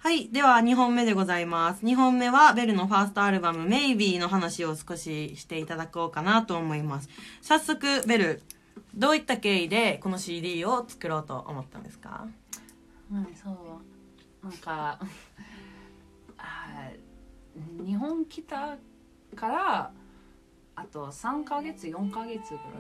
はい。では、2本目でございます。2本目は、ベルのファーストアルバム、Maybe の話を少ししていただこうかなと思います。早速、ベル、どういった経緯でこの CD を作ろうと思ったんですか？ そう。なんか、日本来たから、あと3ヶ月、4ヶ月ぐらい。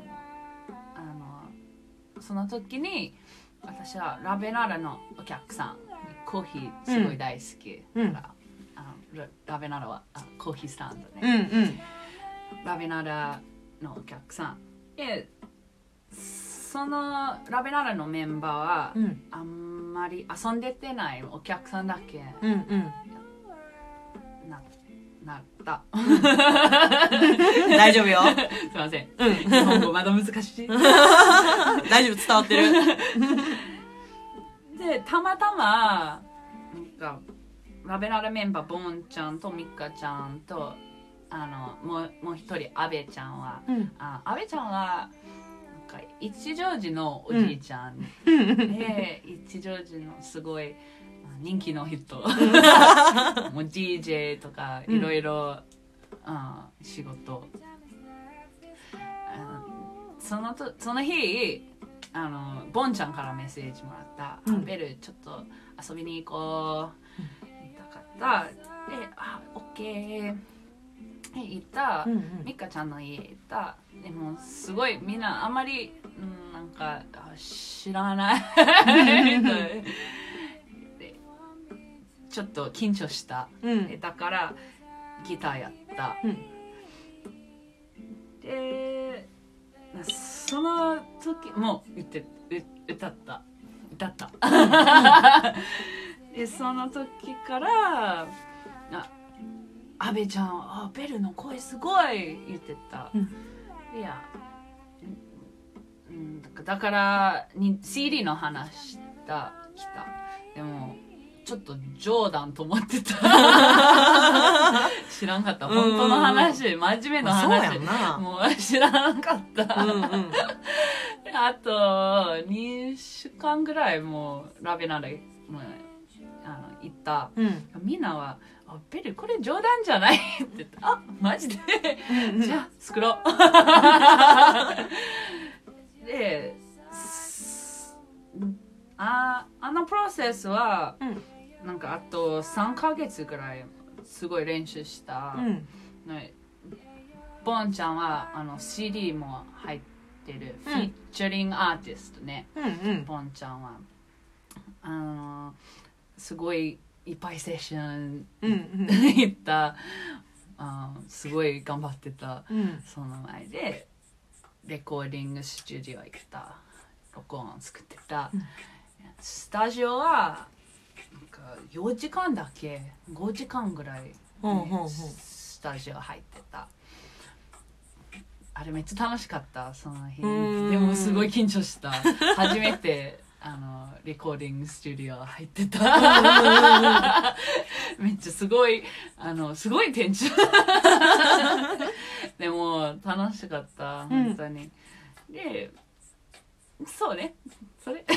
その時に、私はラベナラのお客さん、コーヒーすごい大好きから、ラベナラはコーヒースタンドね、ラベナラのお客さんで、そのラベナラのメンバーは、あんまり遊んでてないお客さんだけ、なった大丈夫よすいません、日本語まだ難しい大丈夫、伝わってるで、たまたまなんかラベナラメンバーボンちゃんとミカちゃんともう一人アベちゃんは、アベちゃんはなんか一乗寺のおじいちゃん、で一乗寺のすごい人気の人もう DJ とかいろいろ仕事、その日ボンちゃんからメッセージもらった、ベルちょっと遊びに行こう言いたかったで、オッケー行った、ミカちゃんの家行った。でもすごいみんなあんまり、なんか知らないでちょっと緊張した、だからギターやった、でその時も歌ったでその時からアベちゃん、ベルの声すごい言ってた、いや、だからCD の話来た。でもちょっと冗談と思ってた知らんかった、本当の話、真面目な話、もう知らなかったあと2週間ぐらいもうラベナレ行った、みんなはベルこれ冗談じゃないって言った。マジでじゃあ作ろうでのプロセスは、なんかあと3ヶ月ぐらいすごい練習した、ボンちゃんはCD も入ってる、フィーチャリングアーティストね、ボンちゃんはすごいいっぱいセッション行った、すごい頑張ってた、その前でレコーディングスタジオ行った、録音作ってた、スタジオはなんか4時間だけ5時間ぐらい、スタジオ入ってた。あれめっちゃ楽しかった、その日。でもすごい緊張した。初めてレコーディングスタジオ入ってためっちゃすごいテンションでも楽しかった、本当に。でそうね、それ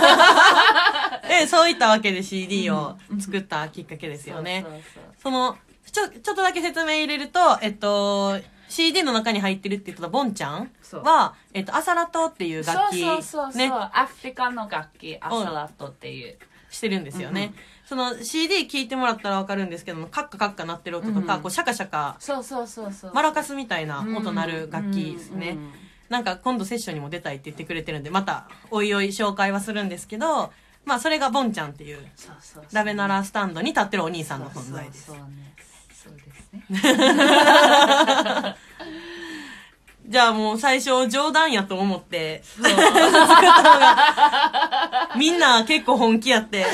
そういったわけで CD を作ったきっかけですよね。ちょっとだけ説明入れると、CD の中に入ってるって言ったボンちゃんは、アサラトっていう楽器、 ね、アフリカの楽器、アサラトっていう、 してるんですよね。その CD 聴いてもらったらわかるんですけども、カッカカッカ鳴ってる音とか、こうシャカシャカ、マラカスみたいな音鳴る楽器ですね。なんか今度セッションにも出たいって言ってくれてるんで、またおいおい紹介はするんですけど、まあそれがボンちゃんっていうラベナラスタンドに立ってるお兄さんの存在です。 そうですねじゃあもう最初冗談やと思って作ったのがみんな結構本気やって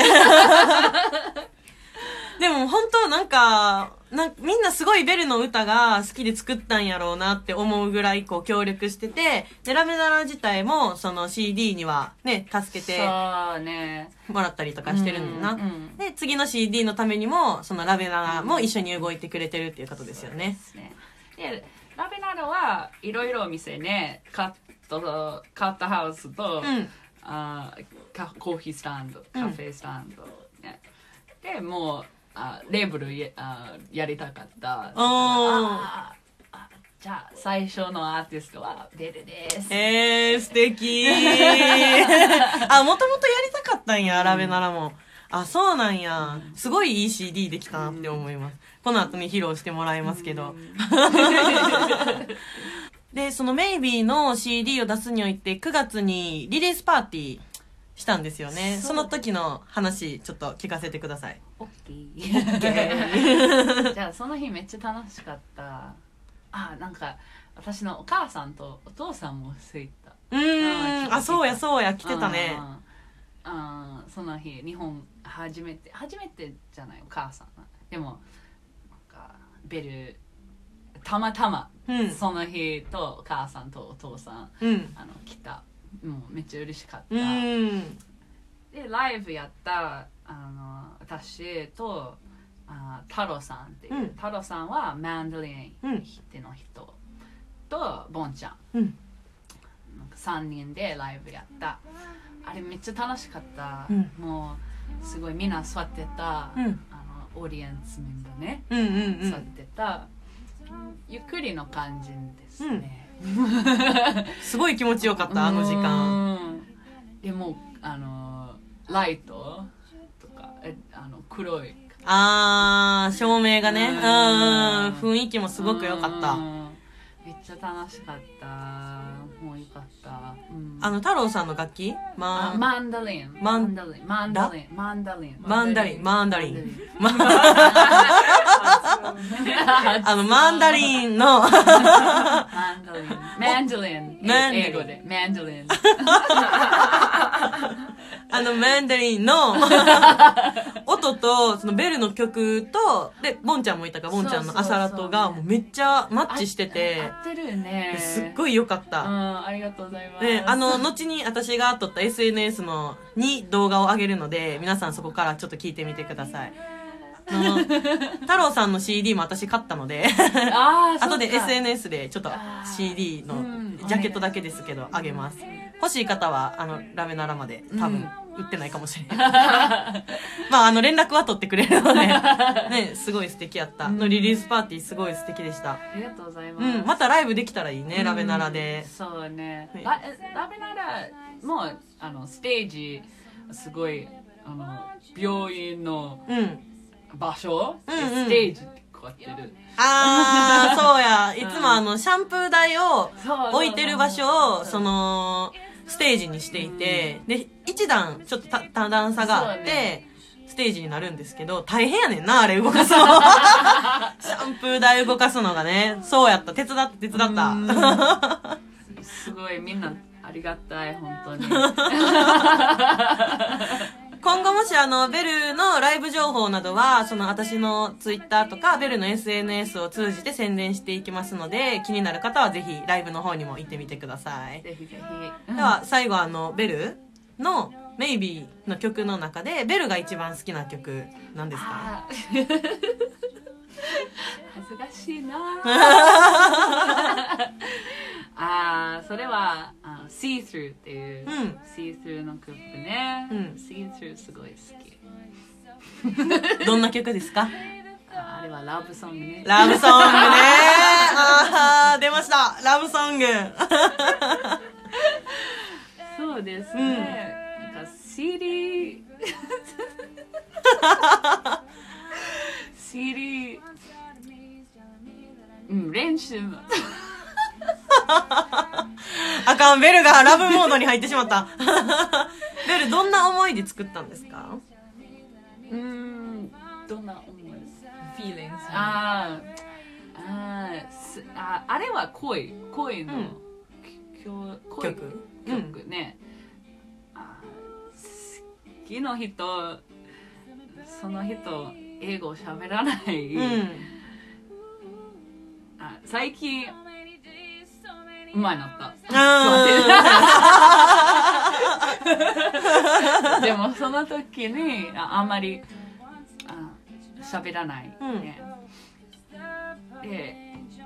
でも本当なんかみんなすごいベルの歌が好きで作ったんやろうなって思うぐらいこう協力してて、でラベナラ自体もその CD にはね助けてもらったりとかしてるんだな、で次の CD のためにもそのラベナラも一緒に動いてくれてるっていうことですよね。 でラベナラはいろいろお店ね、カッタハウスと、コーヒースタンド、カフェスタンド、ね、 でもうレーブルやりたかった。じゃあ最初のアーティストはベルです。 素敵もともとやりたかったんや、ラベナラも。そうなんや。すごいいい CD できたなって思います。この後に披露してもらいますけど。で、そのメイビーの CD を出すにおいて9月にリリースパーティーしたんですよね。その時の話ちょっと聞かせてください。 オッケー。じゃあその日めっちゃ楽しかった。なんか私のお母さんとお父さんもついた。 そうやそうや、来てたね。 その日日本初めてじゃない、お母さんでもなんかベルたまたま、その日とお母さんとお父さん、来た。もうめっちゃ嬉しかった。でライブやった私と太郎さんっていう、太郎さんはマンドリン弾き手の人とボンちゃん、なんか3人でライブやった。あれめっちゃ楽しかった。もうすごいみんな座ってた、オーディエンスメンバーね、座ってたゆっくりの感じですね。 すごい気持ちよかった、あの時間。 でもライトとか黒い照明がね、雰囲気もすごく良かった。 めっちゃ楽しかった。もうよかった。 太郎さんの楽器マンダリンマンダリンマンダリンマンダリンマンダリンのマンドリン英語でマンドリンマンダリンの音とそのベルの曲とでボンちゃんもいたから、ボンちゃんのアサラトがもうめっちゃマッチしてて、 合ってるね。 すっごい良かった。 ありがとうございます。 で後に私が撮った SNS に動画を上げるので、皆さんそこからちょっと聞いてみてください。太郎さんの CD も私買ったので後で SNS でちょっと CD のジャケットだけですけどあげます。欲しい方はラベナラまで多分売ってないかもしれない連絡は取ってくれるのでね、すごい素敵やった。のリリースパーティーすごい素敵でした。 ありがとうございます。 またライブできたらいいね、ラベナラで。 そうね、ラベナラもステージすごい病院の場所、ステージってこうやってる。 そうや、いつもシャンプー台を置いてる場所をステージにしていて、で一段ちょっと多段差があってステージになるんですけど、大変やねんな、あれ動かすのシャンプー台動かすのがね。そうやった、手伝った。 すごいみんなありがたい、本当に。 今後もしベルのライブ情報などは私のツイッターとかベルの SNS を通じて宣伝していきますので、気になる方はぜひライブの方にも行ってみてください。 ぜひぜひ。 では最後ベルのメイビーの曲の中でベルが一番好きな曲なんですか？ 恥ずかしいな。それはSee Through っていう、See Through の曲ね。See Through すごい好き。どんな曲ですか？ あれはラブソングね。 ラブソングね。出ました、ラブソング。 そうですね。なんか CD 練習あかん、ベルがラブモードに入ってしまった。ベルどんな思いで作ったんですか？ どんな思い？ feelings。 あれは恋の、曲ね。好きな人、その人英語喋らない、最近うまいなった。でもその時にあんまり喋らない、ね。で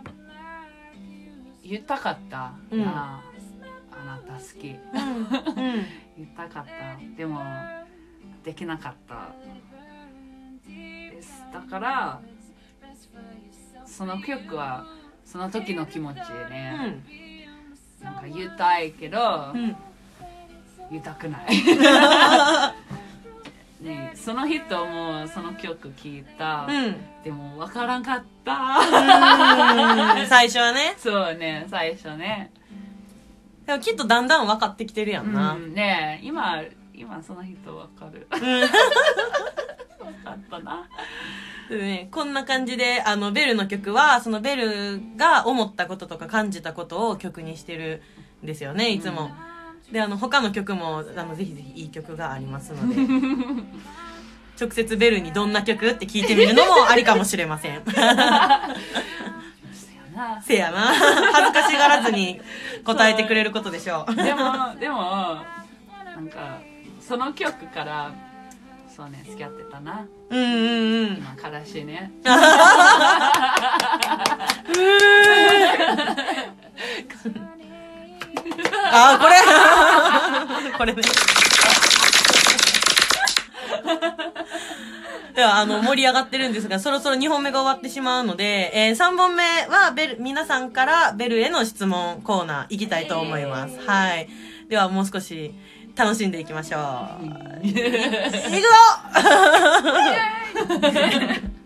言いたかったな、あなた好き。言いたかった。でもできなかった。 だからその曲はその時の気持ちでね、なんか言いたいけど、言いたくないね、その人もその曲聴いた、でも分からんかった最初はね。 そうね、最初ね。 でもきっとだんだん分かってきてるやんな。 ねえ、今その人分かる。分かったな。 ね、こんな感じでベルの曲はそのベルが思ったこととか感じたことを曲にしてるんですよね、いつも。で他の曲もぜひぜひいい曲がありますので直接ベルにどんな曲って聞いてみるのもありかもしれませんせやな恥ずかしがらずに答えてくれることでしょうでもなんかその曲からそうね、付き合ってたな。今悲しいねあ、これねでは盛り上がってるんですが、そろそろ2本目が終わってしまうので、3本目は皆さんからベルへの質問コーナー行きたいと思います。はい。ではもう少し楽しんでいきましょう。いくぞ